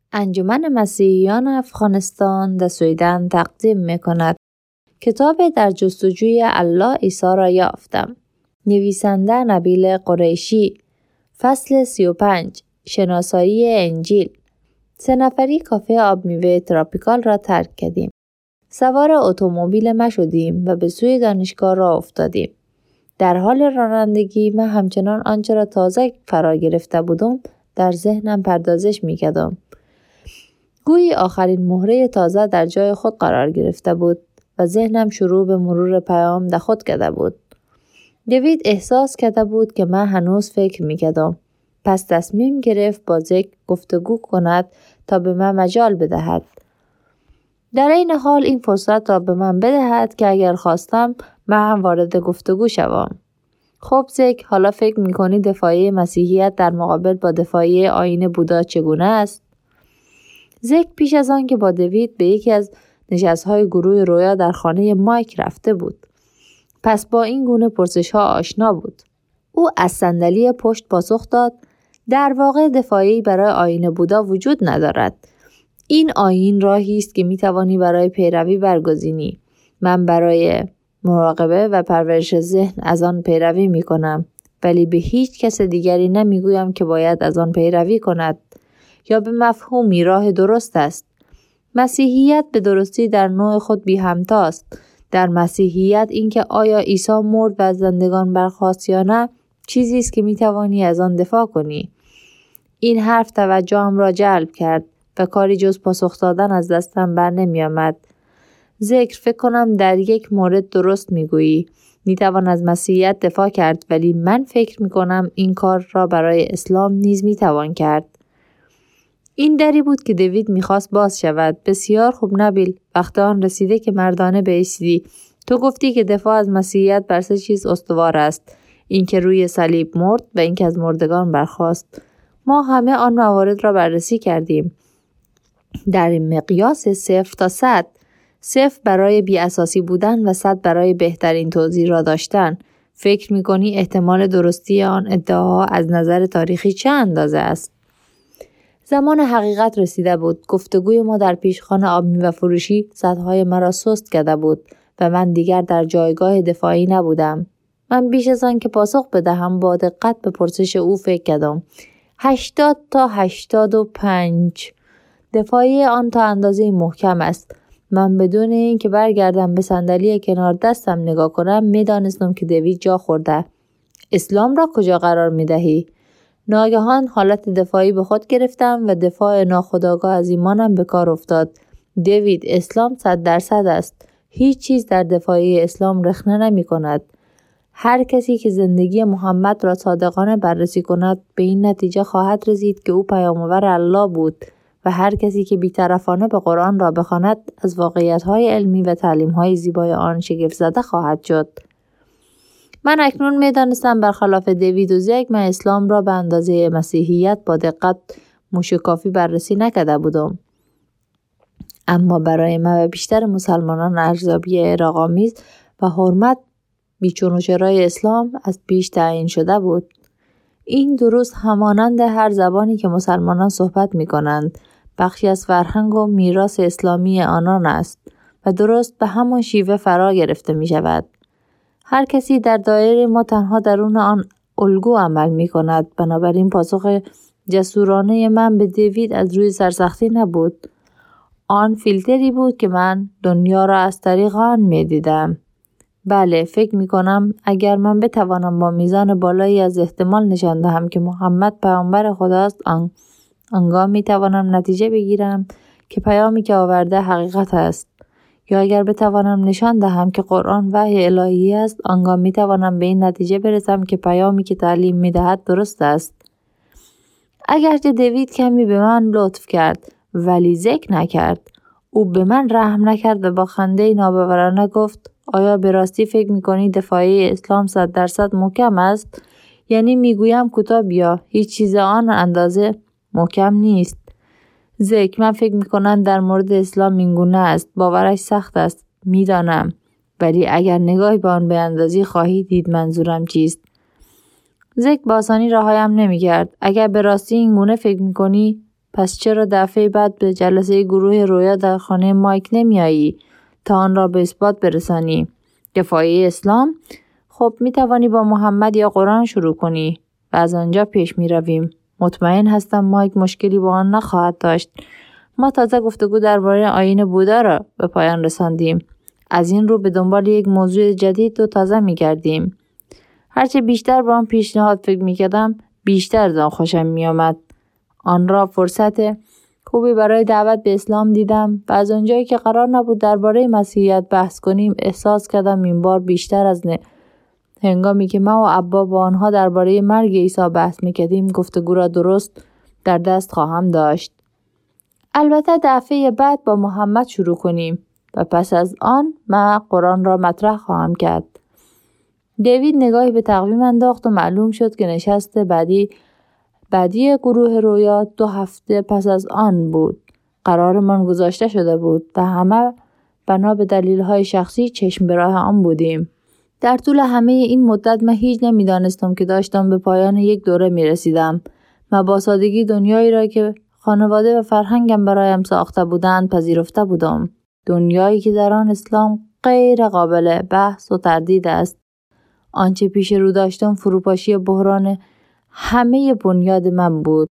انجمن مسیحیان افغانستان در سویدن تقدیم می‌کند. کتاب در جستجوی الله عیسی را یافتم. نویسنده نبیل قریشی. فصل 35. شناسایی انجیل. 3 نفری کافه آب میوه تراپیکال را ترک کردیم. سوار اتومبیل ما شدیم و به سوی دانشگاه راه افتادیم. در حال رانندگی من همچنان آنچه را تازه فرا گرفته بودم در ذهنم پردازش می‌کردم. گویی آخرین مهره تازه در جای خود قرار گرفته بود و ذهنم شروع به مرور پیام در خود کرده بود. دیوید احساس کرده بود که من هنوز فکر می‌کردم. پس تصمیم گرفت با زک گفتگو کند تا به من مجال بدهد. در این حال این فرصت را به من بدهد که اگر خواستم من هم وارد گفتگو شوم. خب زک، حالا فکر می‌کنی دفاعی مسیحیت در مقابل با دفاعی آیین بودا چگونه است؟ زک پیش از آن که با دیوید به یکی از نشست‌های گروه رویا در خانه مایک رفته بود. پس با این گونه پرسش‌ها آشنا بود. او از صندلی پشت پاسخ داد: در واقع دفاعی برای آیین بودا وجود ندارد. این آیین راهی است که می‌توانی برای پیروی برگزینی. من برای مراقبه و پرورش ذهن از آن پیروی می‌کنم، ولی به هیچ کس دیگری نمی‌گویم که باید از آن پیروی کند یا به مفهومی راه درست است. مسیحیت به درستی در نوع خود بی همتاست. در مسیحیت اینکه آیا عیسی مرد و از زندگان برخاست یا نه چیزی است که می‌توانی از آن دفاع کنی. این حرف توجهم را جلب کرد و کاری جز پاسخ دادن از دستم بر نمی آمد. فکر کنم در یک مورد درست میگویی. میتوان از مسیحیت دفاع کرد، ولی من فکر میکنم این کار را برای اسلام نیز میتوان کرد. این دری بود که دیوید میخواست باز شود. بسیار خوب نبیل، وقت آن رسیده که مردانه بایستی. تو گفتی که دفاع از مسیحیت بر 3 چیز استوار است: اینکه روی صلیب مرد و اینکه از مردگان برخاست. ما همه آن موارد را بررسی کردیم در مقیاس 0 تا 100. 0 برای بی اساسی بودن و 100 برای بهترین توضیح را داشتن. فکر می‌کنی احتمال درستی آن ادعاها از نظر تاریخی چه اندازه است؟ زمان حقیقت رسیده بود. گفتگوی ما در پیشخوان آب میوه فروشی سدهای مرا سست کرده بود و من دیگر در جایگاه دفاعی نبودم. من بیش از آن که پاسخ بدهم با دقت به پرسش او فکر کردم. 80 تا 85. دفاعی آن تا اندازه محکم است. من بدون این که برگردم به صندلی کنار دستم نگاه کنم میدانستم که دیوید جا خورده. اسلام را کجا قرار میدهی؟ ناگهان حالت دفاعی به خود گرفتم و دفاع ناخودآگاه از ایمانم به کار افتاد. دیوید، اسلام 100% است. هیچ چیز در دفاعی اسلام رخنه نمی کند. هر کسی که زندگی محمد را صادقانه بررسی کند به این نتیجه خواهد رسید که او پیامبر الله بود و هر کسی که بی‌طرفانه به قرآن را بخواند از واقعیت‌های علمی و تعلیم‌های زیبای آن شگفت زده خواهد شد. من اکنون می‌دانستم برخلاف دیوید و زک من اسلام را به اندازه مسیحیت با دقت موشکافی بررسی نکرده بودم. اما برای من و بیشتر مسلمانان ارزیابی عراق‌آمیز و حرمت بیچون و چرای اسلام از پیش تعیین شده بود. این درست همانند هر زبانی که مسلمانان صحبت می کنند، بخشی از فرهنگ و میراث اسلامی آنان است و درست به همان شیوه فرا گرفته می شود. هر کسی در دایره ما تنها درون آن الگو عمل می کند. بنابراین پاسخ جسورانه من به دیوید از روی سرسختی نبود. آن فیلتری بود که من دنیا را از طریق آن می دیدم. بله، فکر می کنم اگر من بتوانم با میزان بالایی از احتمال نشان دهم که محمد پیامبر خداست، آنگاه می توانم نتیجه بگیرم که پیامی که آورده حقیقت است. یا اگر بتوانم نشان دهم که قرآن وحی الهی است، آنگاه می توانم به این نتیجه برسم که پیامی که تعلیم می دهد درست است. اگرچه دیوید کمی به من لطف کرد ولی ذکر نکرد. او به من رحم نکرد و با خنده ناباورانه گفت: آیا به راستی فکر می‌کنی دفاعی اسلام 100% محکم است؟ یعنی میگویم کوتاه بیا، هیچ چیز آن اندازه محکم نیست. من فکر می‌کنم در مورد اسلام اینگونه است. باورش سخت است، میدانم، ولی اگر نگاهی به آن بیاندازی خواهی دید منظورم چیست. با آسانی رهایم نمی‌کرد. اگر به راستی اینگونه فکر می‌کنی پس چرا دفعه بعد به جلسه گروه رویا در خانه مایک نمیایی تا آن را به اثبات برسانی؟ دفاعی اسلام؟ خب می توانی با محمد یا قرآن شروع کنی و از آنجا پیش می رویم. مطمئن هستم مایک مشکلی با آن نخواهد داشت. ما تازه گفتگو درباره آیین بودا را به پایان رساندیم. از این رو به دنبال یک موضوع جدید و تازه می گردیم. هرچه بیشتر با آن پیشنهاد فکر می کردم بیشتر از آن خوشم می آمد. آن را فرصت خوبی برای دعوت به اسلام دیدم و از آنجایی که قرار نبود درباره مسیحیت بحث کنیم احساس کردم این بار بیشتر از هنگامی که ما و ابا با آنها درباره مرگ عیسی بحث می‌کردیم گفتگو را درست در دست خواهم داشت. البته دفعه بعد با محمد شروع کنیم و پس از آن من قرآن را مطرح خواهم کرد. دیوید نگاهی به تقویم انداخت و معلوم شد که نشست بعدی گروه رویا 2 هفته پس از آن بود. قرارمان گذاشته شده بود و همه بنا به دلیل‌های شخصی چشم به راه آن بودیم. در طول همه این مدت من هیچ نمی‌دانستم که داشتم به پایان یک دوره می‌رسیدم. من با سادگی دنیایی را که خانواده و فرهنگم برایم ساخته بودند پذیرفته بودم. دنیایی که در آن اسلام غیر قابل بحث و تردید است. آنچه پیش رو داشتم فروپاشی بحران همه بنیاد من بود.